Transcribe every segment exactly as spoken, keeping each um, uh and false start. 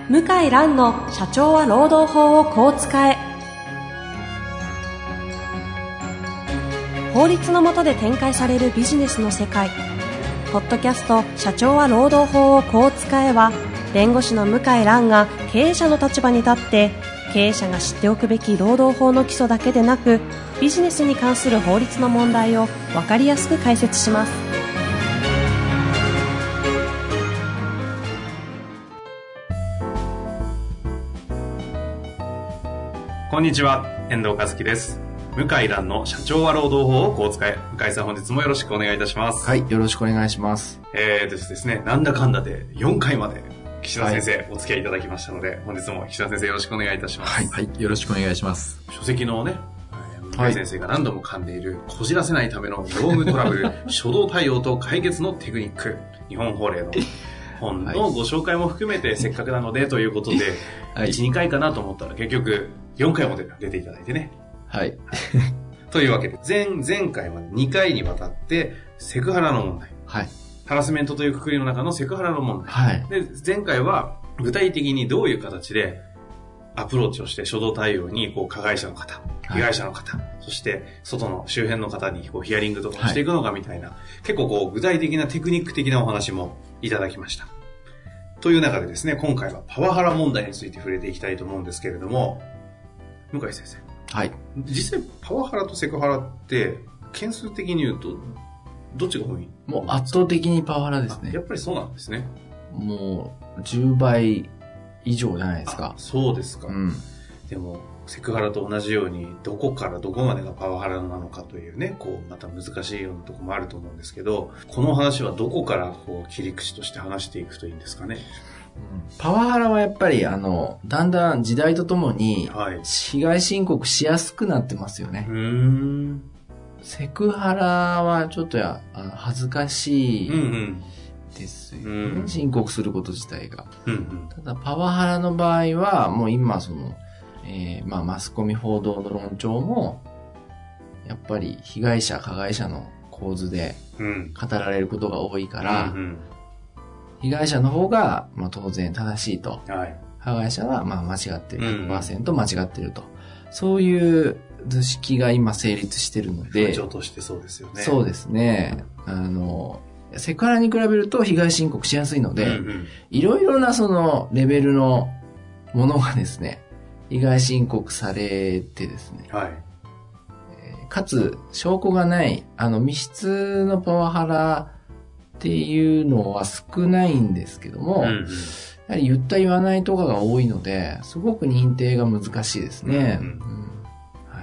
向井蘭の社長は労働法をこう使え。法律の下で展開されるビジネスの世界。ポッドキャスト社長は労働法をこう使えは、弁護士の向井蘭が経営者の立場に立って経営者が知っておくべき労働法の基礎だけでなく、ビジネスに関する法律の問題を分かりやすく解説します。 こんにちは、遠藤和樹です。向井蘭の社長は労働法をこう使え。向井さん、本日もよろしくお願いいたします。 はい、よろしくお願いします。 えーですね、なんだかんだでよんかいまで岸田先生、はい、お付き合いいただきましたので、本日も岸田先生よろしくお願いいたします。 はい、はい、よろしくお願いします。 書籍のね、向井先生が何度も噛んでいる、こじらせないための業務トラブル、初動対応と解決のテクニック、日本法令の本のご紹介も含めて、せっかくなのでということで、はい、いち、にかいかなと思ったら結局よんかいも出ていただいてね。 はい。 というわけで、前、前回までにかいにわたって、セクハラの問題。 はい。 ハラスメントという括りの中のセクハラの問題。 はい。 で、前回は具体的にどういう形でアプローチをして初動対応に、こう、加害者の方、被害者の方、はい、そして外の周辺の方にこうヒアリングとかをしていくのかみたいな、はい、結構こう、具体的なテクニック的なお話もいただきました。という中でですね、今回はパワハラ問題について触れていきたいと思うんですけれども、向井先生。 はい。 実際パワハラとセクハラって件数的に言うとどっちが多い？ もう圧倒的にパワハラですね。 やっぱりそうなんですね。 もうじゅうばい以上じゃないですか。 そうですか。 うん。 でもセクハラと同じようにどこからどこまでがパワハラなのかというね、こうまた難しいようなところもあると思うんですけど、この話はどこからこう切り口として話していくといいんですかね。 パワハラはやっぱりあのだんだん時代とともに被害申告しやすくなってますよね。 うーん。 セクハラはちょっとや恥ずかしいですよね、うんうん、申告すること自体が、 うんうん、 ただパワハラの場合はもう今その、えーまあ、マスコミ報道の論調もやっぱり被害者加害者の構図で語られることが多いから、うんうんうん、被害者の方が、まあ、当然正しいと、 はい、 加害者はまあ間違ってる ひゃくパーセント 間違ってると、うんうん、そういう図式が今成立してるので、 風潮としてそうですよね。 そうですね。あのセクハラに比べると被害申告しやすいので、いろいろなそのレベルのものがですね、被害申告されてですね、 はい、 えー、かつ証拠がないあの密室のパワハラっていうのは少ないんですけども、うんうん、やはり言った言わないとかが多いので、すごく認定が難しいですね。うんうんうん、はい、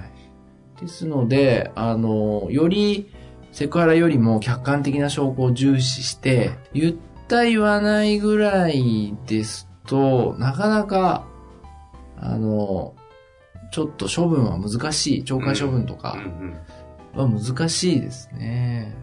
ですので、あの、よりセクハラよりも客観的な証拠を重視して、言った言わないぐらいですと、なかなか、あの、ちょっと処分は難しい。懲戒処分とかは難しいですね。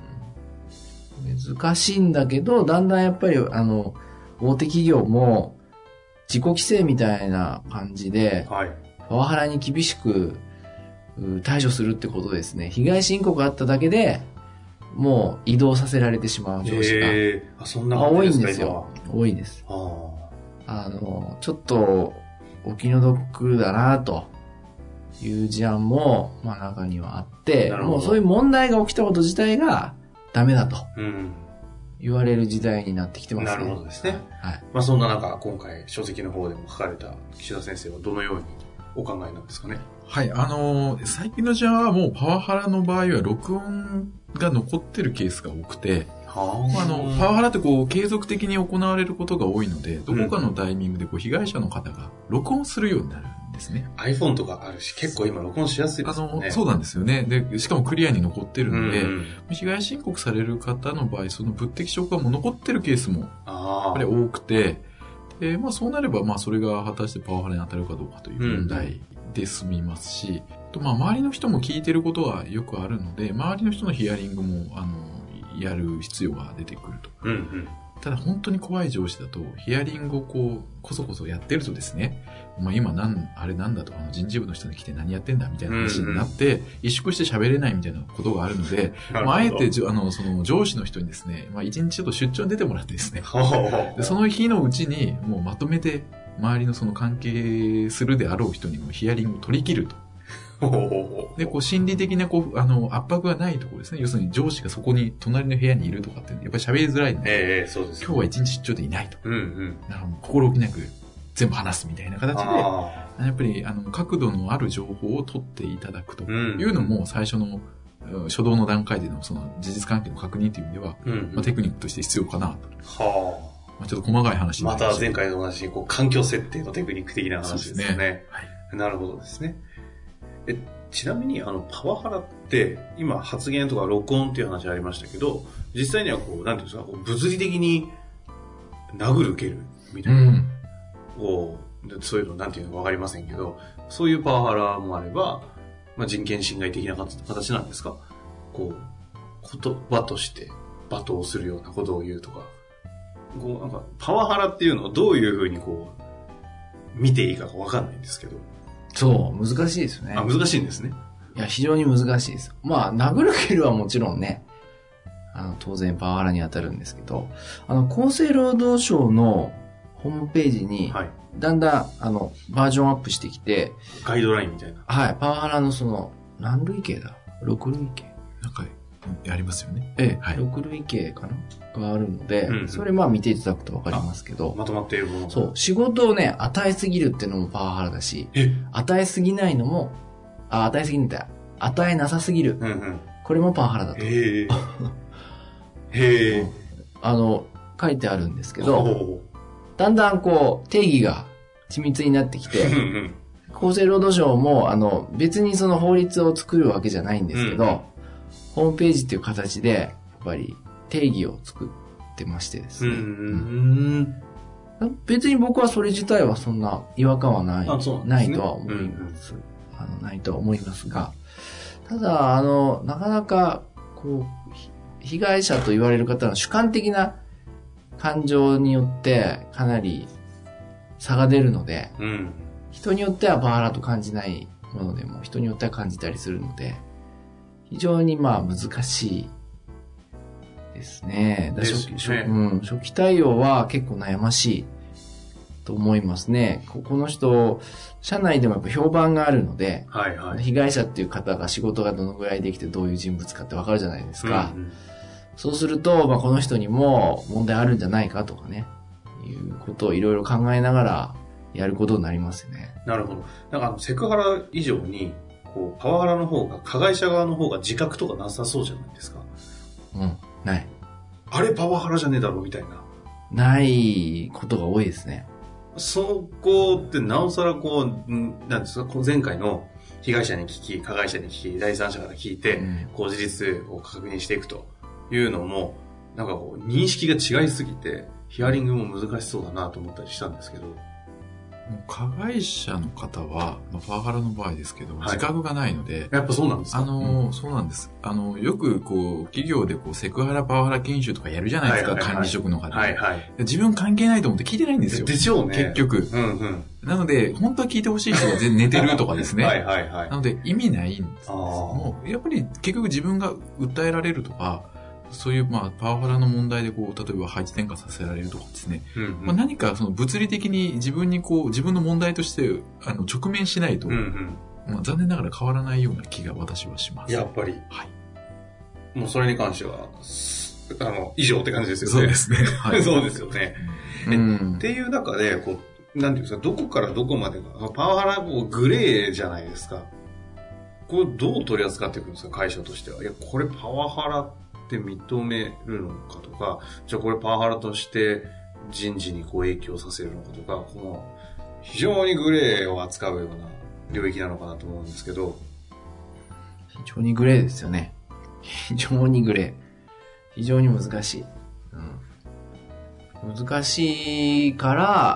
難しいんだけど、だんだんやっぱり、あの、大手企業も自己規制みたいな感じで、 はい、 パワハラに厳しく対処するってことですね。被害申告があっただけで、もう移動させられてしまう上司が、 えー、あそんな感じですか？ 多いんですよ。多いです。 ああの、ちょっとお気の毒だなという事案も、まあ中にはあって、もうそういう問題が起きたこと自体がダメだと。 うん言われる時代になってきてますね。 なるほどですね。 はい。 まあそんな中、今回書籍の方でも書かれた岸田先生はどのようにお考えなんですかね。 はい、あのー、最近の事案はもうパワハラの場合は録音が残ってるケースが多くて、 はあ、あのパワハラってこう継続的に行われることが多いので、どこかのタイミングでこう被害者の方が録音するようになるんですね。 iPhone とかあるし、結構今録音しやすいですよね。 あのそうなんですよね。で、しかもクリアに残ってるので、 うんうん、 被害申告される方の場合、その物的証拠がもう残ってるケースもやっぱり多くて、で、まあそうなれば、まあそれが果たしてパワハラに当たるかどうかという問題で済みますし、うん、とまあ周りの人も聞いてることはよくあるので、周りの人のヒアリングもあのやる必要が出てくると。 うんうん、 ただ本当に怖い上司だと、ヒアリングをこう、こそこそやってるとですね、まあ今なん、あれなんだとか、人事部の人に来て何やってんだみたいな話になって、うんうん、萎縮して喋れないみたいなことがあるので、まあ、あえて、あの、その上司の人にですね、まあ一日ちょっと出張に出てもらってですね、でその日のうちにもうまとめて、周りのその関係するであろう人にもヒアリングを取り切ると。で、こう心理的なこう、あの、圧迫がないところですね。要するに上司がそこに隣の部屋にいるとかって、やっぱり喋りづらいので、 えー、そうですね、 今日は一日出張でいないと。 うんうん。 だからもう心置きなく全部話すみたいな形で、やっぱりあの角度のある情報を取っていただくというのも最初の初動の段階でのその事実関係の確認という意味では、うんうん、まあ、テクニックとして必要かなと。はあ。まあ、ちょっと細かい話になりました。 また前回と同じにこう環境設定のテクニック的な話ですね。そうですね。はい。なるほどですね。え、ちなみにあのパワハラって今発言とか録音っていう話ありましたけど、実際にはこうなんていうんですか、こう物理的に殴る蹴るみたいな、うん、こうそういうのなんていうのかわかりませんけど、そういうパワハラもあれば、まあ、人権侵害的な形なんですか、こう言葉として罵倒するようなことを言うとか、こうなんかパワハラっていうのをどういうふうにこう見ていいかわかんないんですけど。 そう、難しいですよね。 あ、難しいんですね。 いや、非常に難しいです。まあ、殴る蹴るはもちろんね、あの、当然パワハラに当たるんですけど、あの、厚生労働省のホームページに、はい、だんだん、あの、バージョンアップしてきて、 ガイドラインみたいな。 はい、パワハラのその、何類型だ ?ろく 類型なんか、ありますよね。 ええ、はい、ろく類型かながあるので、うんうん、それまあ見ていただくとわかりますけど、 まとまっているもの。 そう、仕事をね、与えすぎるっていうのもパワハラだし、与えすぎないのも、あ、与えすぎないんだ。与えなさすぎる。うんうん、これもパワハラだと。へえ。へえ。あの、書いてあるんですけど、だんだんこう、定義が緻密になってきて、厚生労働省も、あの、別にその法律を作るわけじゃないんですけど、うん、ホームページっていう形で、やっぱり定義を作ってましてですね。うんうん、別に僕はそれ自体はそんな違和感はない、ね、ないとは思います、うんうん。あの、ないとは思いますが、ただ、あの、なかなか、こう、被害者と言われる方の主観的な感情によってかなり差が出るので、うん、人によってはパワハラと感じないものでも人によっては感じたりするので、非常にまあ難しいですね。だですね。初期、うん、初期対応は結構悩ましいと思いますね。ここの人、社内でもやっぱ評判があるので、はいはい、被害者っていう方が仕事がどのぐらいできてどういう人物かってわかるじゃないですか。うんうん、そうすると、まあ、この人にも問題あるんじゃないかとかね、いうことをいろいろ考えながらやることになりますよね。 なるほど。なんかあのセクハラ以上に、こうパワハラの方が、加害者側の方が自覚とかなさそうじゃないですか。 うん、ない。 あれパワハラじゃねえだろみたいな。 ないことが多いですね。 そこってなおさらこう、なんですか、前回の被害者に聞き、加害者に聞き、第三者から聞いて、うん、こう事実を確認していくというのも、なんかこう認識が違いすぎて、ヒアリングも難しそうだなと思ったりしたんですけど。 加害者の方は、まあ、パワハラの場合ですけど、はい、自覚がないので。 やっぱそうなんですか？ あの、うん、そうなんです。あの、よくこう、企業でこう、セクハラ、パワハラ研修とかやるじゃないですか、はいはいはい、管理職の方。はいはい。自分関係ないと思って聞いてないんですよ。 でしょうね。 結局。うんうん。なので、本当は聞いてほしい人が全然寝てるとかですね。はいはいはい。なので、意味ないんです。もう、やっぱり結局自分が訴えられるとか、そういう、まあ、パワハラの問題で、こう、例えば配置転換させられるとかですね。うんうん、まあ、何か、その、物理的に自分にこう、自分の問題として、あの、直面しないと、うんうん、まあ、残念ながら変わらないような気が私はします。 やっぱり。はい。もう、それに関しては、あの、以上って感じですよね。 そうですね。 はい。そうですよね。うん、っていう中で、こう、なんていうんですか、どこからどこまでが、パワハラ、こう、グレーじゃないですか。これ、どう取り扱っていくんですか、会社としては。いや、これ、パワハラって認めるのかとか、じゃあこれパワハラとして人事にこう影響させるのかとか、この非常にグレーを扱うような領域なのかなと思うんですけど。 非常にグレーですよね。非常にグレー。非常に難しい。うん、難しいから、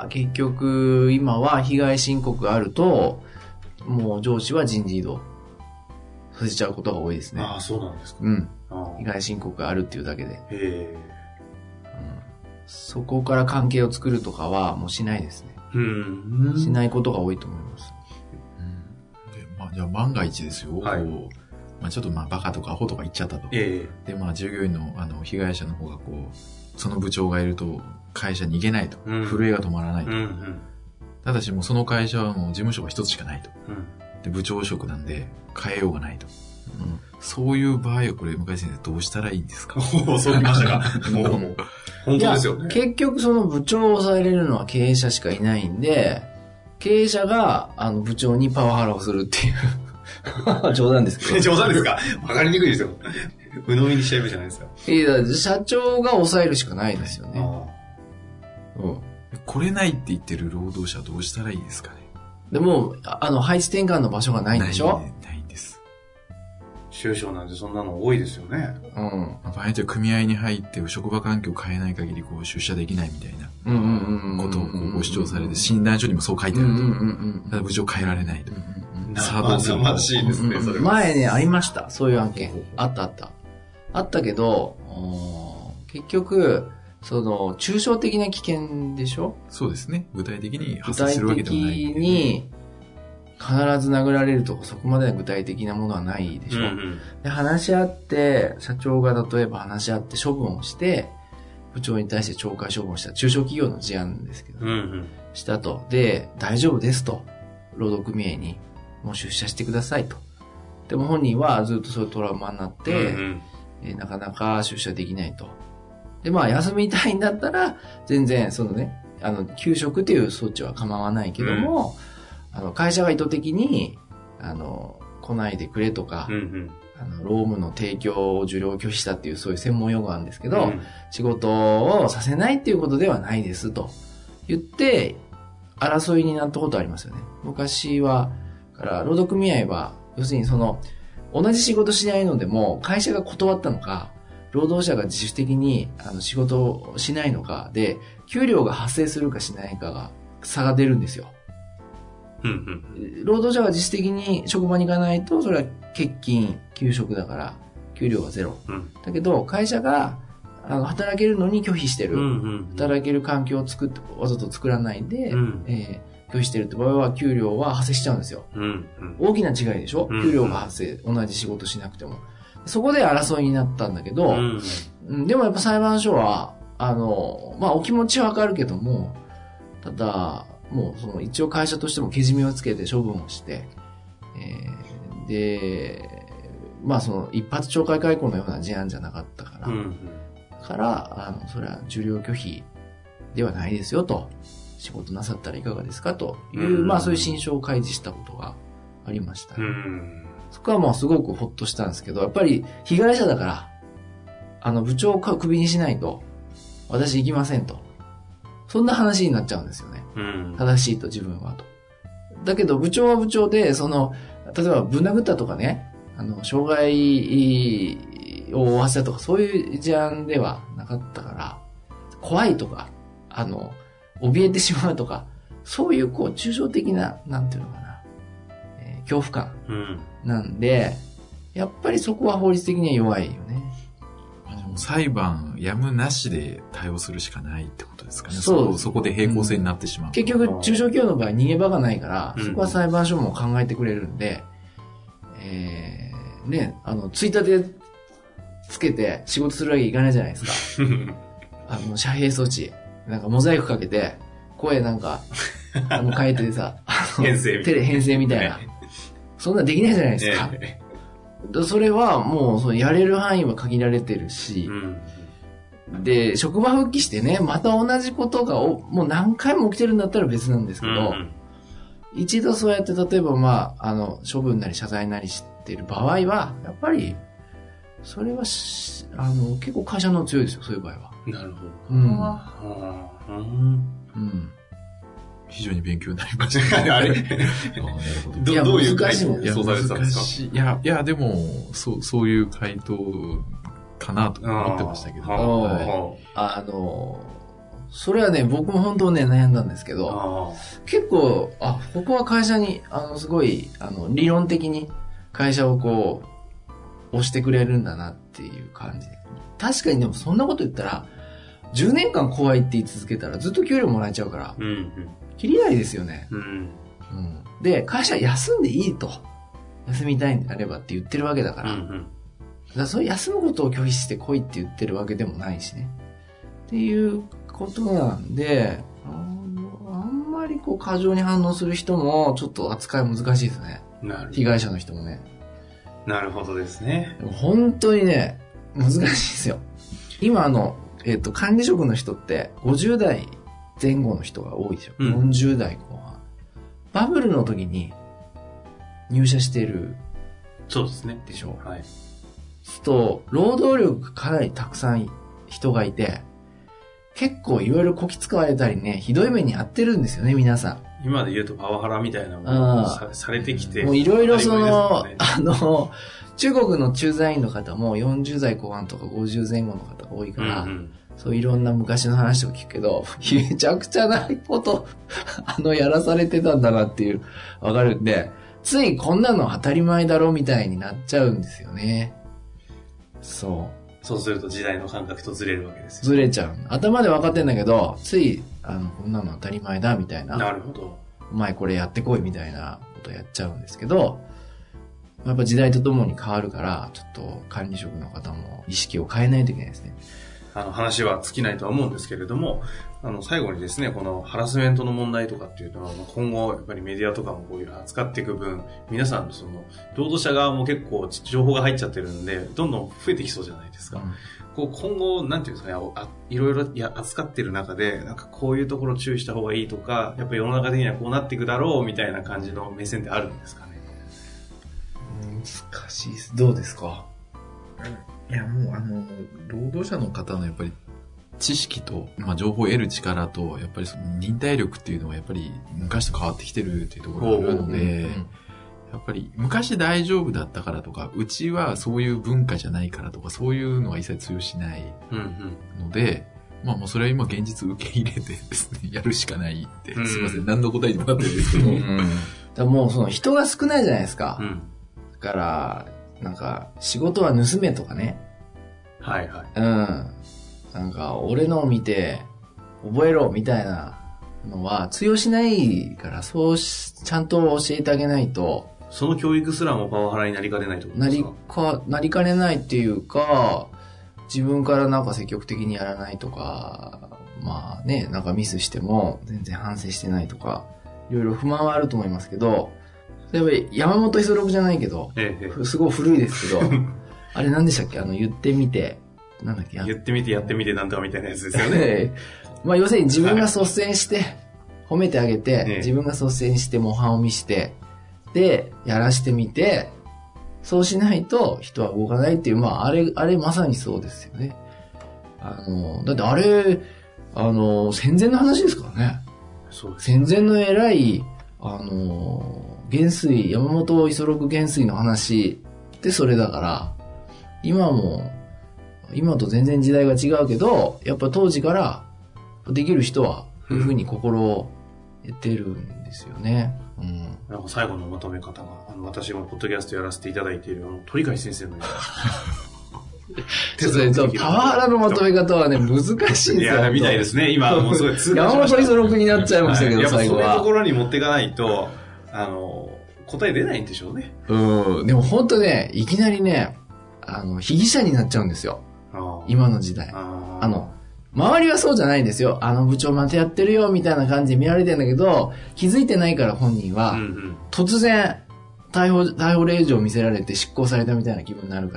結局今は被害申告があると、もう上司は人事異動させちゃうことが多いですね。 ああ、そうなんですか。 うん。被害申告があるっていうだけで。へえ、うん。 そこから関係を作るとかはもうしないですね。 うん。 しないことが多いと思います。 うん、でまあ、じゃあ万が一ですよ。はい、まあ、ちょっとまあバカとかアホとか言っちゃったと。 ええ、で、まあ従業員のあの被害者の方がこう、その部長がいると会社に行けないと。うん、震えが止まらないと。うんうん、ただしもうその会社はもう事務所が一つしかないと。うん、で、部長職なんで変えようがないと。うん、そういう場合はこれ向井先生どうしたらいいんですか？ おお、そうきましたか。もう、もう本当ですよね。 結局その部長を抑えれるのは経営者しかいないんで、経営者があの部長にパワハラをするっていう。冗談ですけど。 冗談ですか？わかりにくいですよ。鵜呑みにしちゃえばじゃないですか。 いや、社長が抑えるしかないですよね。 うん、来れないって言ってる労働者はどうしたらいいですかね？ でも、あの、配置転換の場所がないんでしょ？ ないないんです。 中小なんてそんなの多いですよね。 うん。 場合によっては組合に入って職場環境を変えない限りこう出社できないみたいなことをこうご主張されて、診断書にもそう書いてあると。ただ部長変えられないと。 さあどうするの？しいですね、それは。 前ね、ありました。そういう案件。あったあった。あったけど、結局、その、抽象的な危険でしょ？ そうですね。具体的に発生するわけではない。 具体的に、必ず殴られるとかそこまでは具体的なものはないでしょ、うんうん、で話し合って社長が例えば話し合って処分をして部長に対して懲戒処分をした中小企業の事案ですけど、うんうん、したとで大丈夫ですと労働組合にもう出社してくださいとでも本人はずっとそういうトラウマになって、うんうんえー、なかなか出社できないとでまあ休みたいんだったら全然そのねあの休職っていう措置は構わないけども、うんあの会社が意図的にあの来ないでくれとか、うんうん、あの労務の提供を受領拒否したっていうそういう専門用語なんですけど、うん、仕事をさせないっていうことではないですと言って争いになったことありますよね。昔はから労働組合は要するにその同じ仕事しないのでも会社が断ったのか労働者が自主的にあの仕事をしないのかで給料が発生するかしないかが差が出るんですよ。うんうん、労働者が自主的に職場に行かないとそれは欠勤休職だから給料はゼロ、うん、だけど会社があの働けるのに拒否してる、うんうんうん、働ける環境を作ってわざと作らないで、うんえー、拒否してるって場合は給料は発生しちゃうんですよ、うんうん、大きな違いでしょ、うんうん、給料が発生同じ仕事しなくてもそこで争いになったんだけど、うんうん、でもやっぱ裁判所はあのまあお気持ちはわかるけどもただもうその一応会社としてもけじめをつけて処分をして、えー、で、まあその一発懲戒解雇のような事案じゃなかったから、うんうん、だからあのそれは受領拒否ではないですよと、仕事なさったらいかがですかという、うん、まあそういう心証を開示したことがありました、ねうん。そこはもうすごくほっとしたんですけど、やっぱり被害者だからあの部長をクビにしないと私行きませんと。そんな話になっちゃうんですよね。うん、正しいと自分はと。だけど部長は部長で、その、例えばぶん殴ったとかね、あの、障害を負わせたとか、そういう事案ではなかったから、怖いとか、あの、怯えてしまうとか、そういうこう、抽象的な、なんていうのかな、えー、恐怖感なんで、うん、やっぱりそこは法律的には弱いよね。 裁判やむなしで対応するしかないってことですかね。そう。そこで平行線になってしまう。 うん、結局、中小企業の場合逃げ場がないから、うん、そこは裁判所も考えてくれるんで、えー、ね、あの、ついたてつけて仕事するわけいかないじゃないですか。あの、遮蔽装置、なんかモザイクかけて、声なんか、あの、変えてさ、 編成テレ編成みたいな。そんなできないじゃないですか。えーそれはもうそのやれる範囲は限られてるし、うん、で職場復帰してねまた同じことがもう何回も起きてるんだったら別なんですけど、うん、一度そうやって例えばまああの処分なり謝罪なりしてる場合はやっぱりそれはあの結構会社の方が強いですよそういう場合は。 なるほど。 うん。 うん。 うん非常に勉強になりましたね。あれなるほど。ど, どういう回答を想像されてたんですか？ いや、いや、でも、そう、そういう回答かなと思ってましたけど。 はい、あの、それはね、僕も本当ね、悩んだんですけど、結構、あ、ここは会社に、あの、すごい、あの、理論的に会社をこう、押してくれるんだなっていう感じで。確かにでもそんなこと言ったら、 じゅうねんかん怖いって言い続けたらずっと給料もらえちゃうから、うんうん、切りないですよね、うんうん、で、会社休んでいいと。休みたいんであればって言ってるわけだから、うんうん、だからそういう休むことを拒否して来いって言ってるわけでもないしね。っていうことなんで、あんまりこう過剰に反応する人もちょっと扱い難しいですね。なる被害者の人もね。 なるほどですね。 でも本当にね、難しいですよ。今あの、えっと、管理職の人ってごじゅう代前後の人が多いでしょ。うん、よんじゅう代後半。バブルの時に入社してる。 そうですね。 でしょ。 はい。 と、労働力がかなりたくさん人がいて、結構いろいろこき使われたりね、ひどい目に遭ってるんですよね、皆さん。 今で言うとパワハラみたいなものを さ, されてきて。 もういろいろその、ね、あの、中国の駐在員の方もよんじゅう代後半とかごじゅう前後の方が多いから、うんうん、そういろんな昔の話とか聞くけど、めちゃくちゃなこと、あの、やらされてたんだなっていう、わかるんで、ついこんなの当たり前だろみたいになっちゃうんですよね。そう。 そうすると時代の感覚とずれるわけですよ。 ずれちゃう。頭で分かってんだけど、つい、あの、こんなの当たり前だみたいな。 なるほど。 お前これやってこいみたいなことやっちゃうんですけど、やっぱ時代とともに変わるから、ちょっと管理職の方も意識を変えないといけないですね。 あの話は尽きないとは思うんですけれども、あの最後にですね、このハラスメントの問題とかっていうのは、今後やっぱりメディアとかもこういうの扱っていく分、皆さんのその労働者側も結構情報が入っちゃってるんで、どんどん増えてきそうじゃないですか。うん、こう今後なんていうんですかね、あいろいろや扱ってる中で、なんかこういうところ注意した方がいいとか、やっぱり世の中的にはこうなっていくだろうみたいな感じの目線ってあるんですかね。 難しいです。どうですか？ いやもうあの労働者の方のやっぱり知識と、まあ、情報を得る力とやっぱりその忍耐力っていうのはやっぱり昔と変わってきてるっていうところがあるので、うんうん、やっぱり昔大丈夫だったからとか、うちはそういう文化じゃないからとか、そういうのは一切通用しないので、うんうん、まあもうそれは今現実受け入れてですね、やるしかないって、うん、すいません、何の答えにもなってるんですけど、うん、 だもうその人が少ないじゃないですか。うん、だからなんか仕事は盗めとかね。 はいはい。 うん。なんか俺のを見て覚えろみたいなのは通用しないから、そうしちゃんと教えてあげないと。 その教育すらもパワハラになりかねないってことですか？なりか、なりかねないっていうか、自分からなんか積極的にやらないとか、まあね、なんかミスしても全然反省してないとか、いろいろ不満はあると思いますけど、例えば山本五十六じゃないけど、ええ、すごい古いですけど、あれ何でしたっけ？あの言ってみて、なんだっけ？ 言ってみてやってみてなんとかみたいなやつですよね。 まあ要するに自分が率先して褒めてあげて、はい、自分が率先して模範を見して、で、やらしてみて、そうしないと人は動かないっていう、まああれ、あれまさにそうですよね。あの、だってあれ、あの、戦前の話ですからね。 そうです。 戦前の偉い、あの、元帥、山本五十六元帥の話ってそれだから、今も、今と全然時代が違うけど、やっぱ当時からできる人は、そういうふうに心を得てるんですよね。うん。 なんか最後のまとめ方が、あの、私もポッドキャストやらせていただいている、あの、鳥飼先生のような。 ちょっとね、パワハラのまとめ方はね、難しいんですよ。 いや、みたいですね。今、もうすごい通過しました。 山本五十六になっちゃいましたけど、最後は。 やっぱそういうところに持っていかないと、あの、答え出ないんでしょうね。 うん。でも本当ね、いきなりね、あの、被疑者になっちゃうんですよ。今の時代。あ, あの、周りはそうじゃないんですよ。あの部長またやってるよ、みたいな感じで見られてんだけど、気づいてないから本人は、うんうん、突然、逮捕、逮捕令状を見せられて執行されたみたいな気分になるから、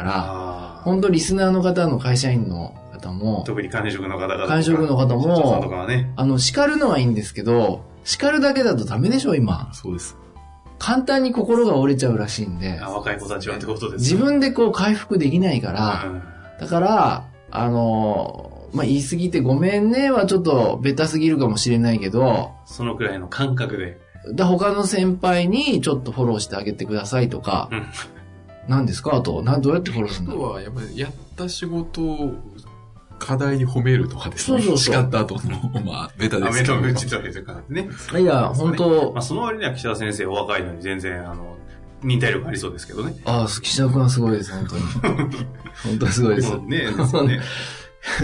本当リスナーの方の会社員の方も、 特に管理職の方々 管理職の方も、ね、あの、叱るのはいいんですけど、叱るだけだとダメでしょ、今。 そうです。 簡単に心が折れちゃうらしいんで。 あ、若い子たちはってことですね。 自分でこう回復できないから、うん、だから、あの、まあ、言い過ぎてごめんねはちょっとベタすぎるかもしれないけど、 そのくらいの感覚で。 で他の先輩にちょっとフォローしてあげてくださいとか、うん、何ですかあと、なんどうやってフォローするの？ あとはやっぱりやった仕事を課題に褒めるとかですね。そうそうそう。叱った後の、まあ、ベタですけど。 アメの口とかとかね。 いや、本当、 まあ、その割には岸田先生お若いのに全然、あの、忍耐力ありそうですけどね。 ああ、岸田君はすごいです、本当に。本当にすごいです。 ね、ですよね。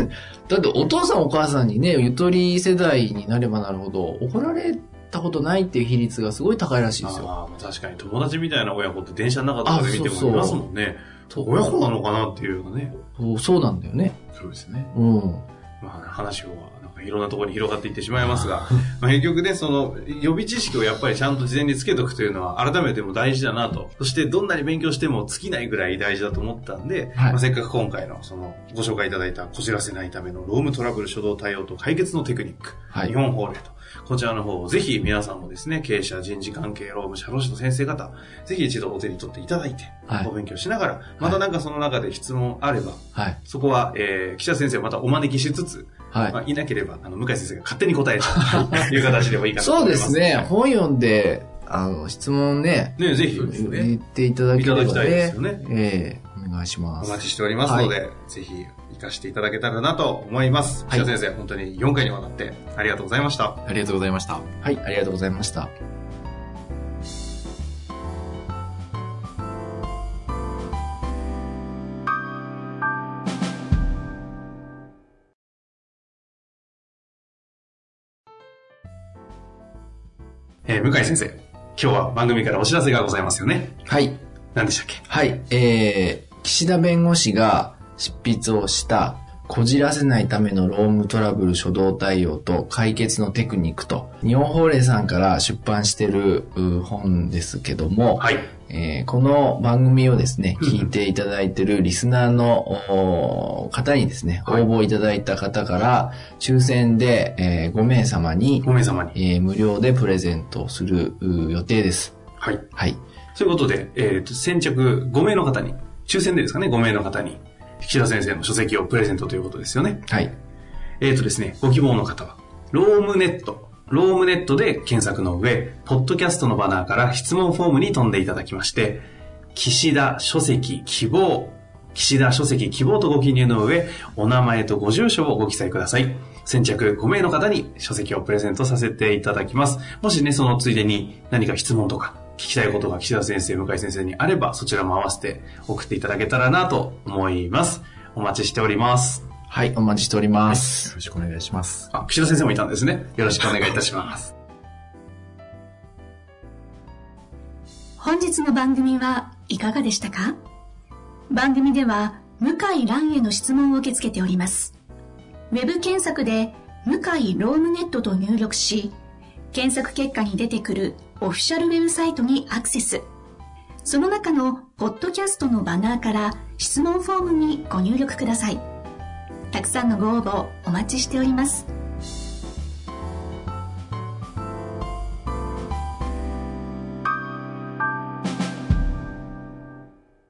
だってお父さんお母さんにね、ゆとり世代になればなるほど、怒られたことないっていう比率がすごい高いらしいですよ。 ああ、確かに友達みたいな親子って電車の中とかで見てもいますもんね。そうそう親子なのかなっていうのね。 そう、そうなんだよね。 そうですね。 うん。 まあ話をなんかいろんなところに広がっていってしまいますが、まあ結局ね、その予備知識をやっぱりちゃんと事前につけとくというのは改めても大事だなと。そしてどんなに勉強しても尽きないぐらい大事だと思ったんで、はい、まあ、せっかく今回のそのご紹介いただいたこじらせないためのロームトラブル初動対応と解決のテクニック、はい、日本法令と。こちらの方をぜひ皆さんもですね、経営者、人事関係、労務、社労士の先生方、ぜひ一度お手に取っていただいて、はい、お勉強しながら、またなんかその中で質問あれば、はい、そこは、えー、岸田先生またお招きしつつ、はいまあ、いなければ、あの、向井先生が勝手に答えるという形でもいいかなと思います。 そうですね、本読んで、あの、質問ね、 ねぜひですね、 言っていただければ、ね、 いただきたいですよね。 ええー、お願いします。 お待ちしておりますので、はい、ぜひ、活かしていただけたらなと思います。岸田先生、はい、本当によんかいにわたってありがとうございました。 ありがとうございました。 はい、ありがとうございました。 えー、向井先生、今日は番組からお知らせがございますよね。 はい。 何でしたっけ？ はい、えー、岸田弁護士が執筆をしたこじらせないためのロームトラブル初動対応と解決のテクニックと、日本法令さんから出版してる本ですけども、はいえー、この番組をですね、聞いていただいてるリスナーの方にですね、応募いただいた方から抽選で、えー、ごめいさまに、 ごめいさまに、 えー、無料でプレゼントする予定です。 はい。 はい。 ということで、えーと、先着ごめいの方に、抽選でですかね、ごめいの方に、岸田先生の書籍をプレゼントということですよね。 はい。 えーとですね、ご希望の方は、ロームネット、ロームネットで検索の上、ポッドキャストのバナーから質問フォームに飛んでいただきまして、岸田書籍希望、岸田書籍希望とご記入の上、お名前とご住所をご記載ください。先着ごめいの方に書籍をプレゼントさせていただきます。もしね、そのついでに何か質問とか、聞きたいことが岸田先生、向井先生にあれば、そちらも合わせて送っていただけたらなと思います。お待ちしております。 はい、お待ちしております。 よろしくお願いします。 あ、岸田先生もいたんですね。よろしくお願いいたします。 本日の番組はいかがでしたか？番組では、向井蘭への質問を受け付けております。ウェブ検索で、向井ロームネットと入力し、検索結果に出てくるオフィシャルウェブサイトにアクセス。その中のポッドキャストのバナーから質問フォームにご入力ください。たくさんのご応募お待ちしております。